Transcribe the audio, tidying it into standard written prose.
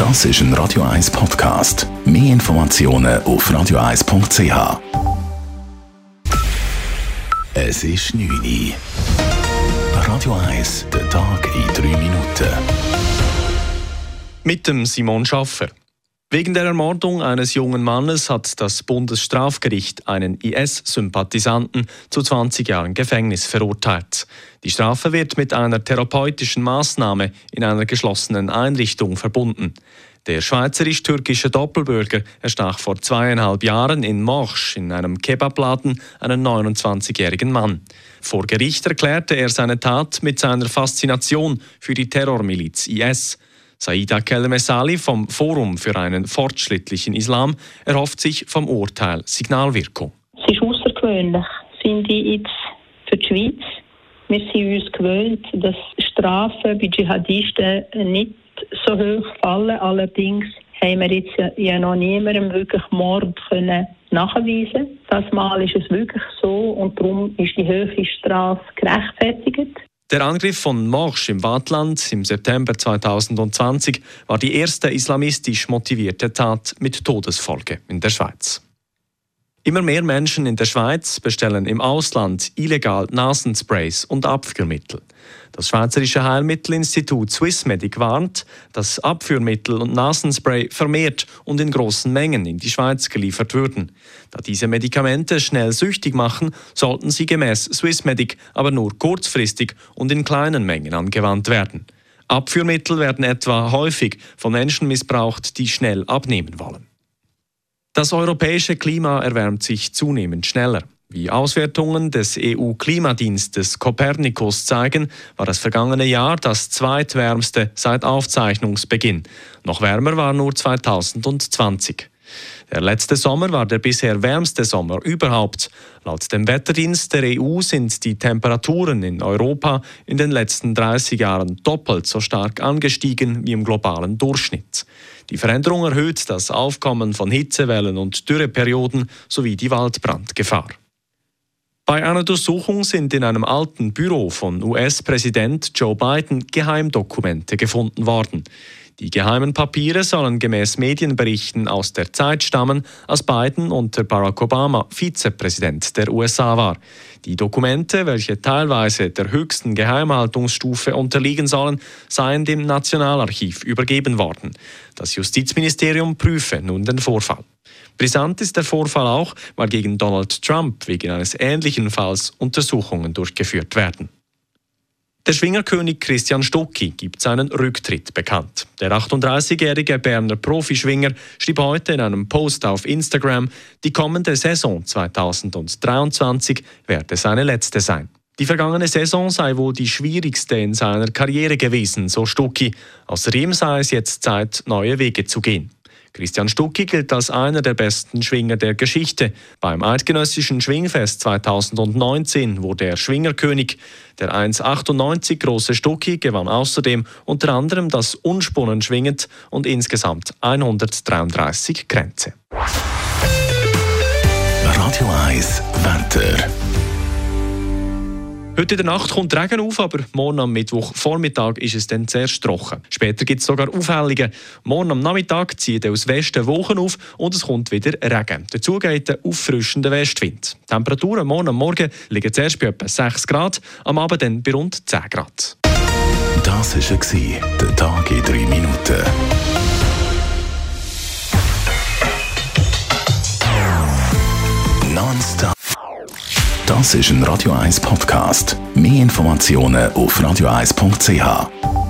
Das ist ein Radio 1 Podcast. Mehr Informationen auf radio1.ch. Es ist 9 Uhr. Radio 1, der Tag in 3 Minuten. Mit dem Simon Schaffer. Wegen der Ermordung eines jungen Mannes hat das Bundesstrafgericht einen IS-Sympathisanten zu 20 Jahren Gefängnis verurteilt. Die Strafe wird mit einer therapeutischen Maßnahme in einer geschlossenen Einrichtung verbunden. Der schweizerisch-türkische Doppelbürger erstach vor 2,5 Jahren in Morsch in einem Kebabladen einen 29-jährigen Mann. Vor Gericht erklärte er seine Tat mit seiner Faszination für die Terrormiliz IS. Saida Kelmesali vom Forum für einen fortschrittlichen Islam erhofft sich vom Urteil Signalwirkung. Es ist außergewöhnlich, finde ich jetzt für die Schweiz. Wir sind uns gewöhnt, dass Strafen bei Dschihadisten nicht so hoch fallen. Allerdings haben wir jetzt ja noch niemandem wirklich Mord nachweisen. Das Mal ist es wirklich so und darum ist die hohe Strafe gerechtfertigt. Der Angriff von Morsch im Waadtland im September 2020 war die erste islamistisch motivierte Tat mit Todesfolge in der Schweiz. Immer mehr Menschen in der Schweiz bestellen im Ausland illegal Nasensprays und Abführmittel. Das Schweizerische Heilmittelinstitut Swissmedic warnt, dass Abführmittel und Nasenspray vermehrt und in großen Mengen in die Schweiz geliefert würden. Da diese Medikamente schnell süchtig machen, sollten sie gemäß Swissmedic aber nur kurzfristig und in kleinen Mengen angewandt werden. Abführmittel werden etwa häufig von Menschen missbraucht, die schnell abnehmen wollen. Das europäische Klima erwärmt sich zunehmend schneller. Wie Auswertungen des EU-Klimadienstes Copernicus zeigen, war das vergangene Jahr das zweitwärmste seit Aufzeichnungsbeginn. Noch wärmer war nur 2020. Der letzte Sommer war der bisher wärmste Sommer überhaupt. Laut dem Wetterdienst der EU sind die Temperaturen in Europa in den letzten 30 Jahren doppelt so stark angestiegen wie im globalen Durchschnitt. Die Veränderung erhöht das Aufkommen von Hitzewellen und Dürreperioden sowie die Waldbrandgefahr. Bei einer Durchsuchung sind in einem alten Büro von US-Präsident Joe Biden Geheimdokumente gefunden worden. Die geheimen Papiere sollen gemäß Medienberichten aus der Zeit stammen, als Biden unter Barack Obama Vizepräsident der USA war. Die Dokumente, welche teilweise der höchsten Geheimhaltungsstufe unterliegen sollen, seien dem Nationalarchiv übergeben worden. Das Justizministerium prüfe nun den Vorfall. Brisant ist der Vorfall auch, weil gegen Donald Trump wegen eines ähnlichen Falls Untersuchungen durchgeführt werden. Der Schwingerkönig Christian Stucki gibt seinen Rücktritt bekannt. Der 38-jährige Berner Profischwinger schrieb heute in einem Post auf Instagram, die kommende Saison 2023 werde seine letzte sein. Die vergangene Saison sei wohl die schwierigste in seiner Karriere gewesen, so Stucki. Außerdem sei es jetzt Zeit, neue Wege zu gehen. Christian Stucki gilt als einer der besten Schwinger der Geschichte. Beim Eidgenössischen Schwingfest 2019 wurde er Schwingerkönig. Der 1,98 große Stucki gewann außerdem unter anderem das Unspunnen schwingend und insgesamt 133 Kränze. Radio 1 Wetter. Heute in der Nacht kommt Regen auf, aber morgen am Mittwochvormittag ist es dann zuerst trocken. Später gibt es sogar Aufhellungen. Morgen am Nachmittag zieht aus Westen Wolken auf und es kommt wieder Regen. Dazu geht ein auffrischender Westwind. Die Temperaturen morgen am Morgen liegen zuerst bei etwa 6 Grad, am Abend dann bei rund 10 Grad. Das war der Tag in 3 Minuten. Nonstop. Das ist ein Radio 1 Podcast. Mehr Informationen auf radio1.ch.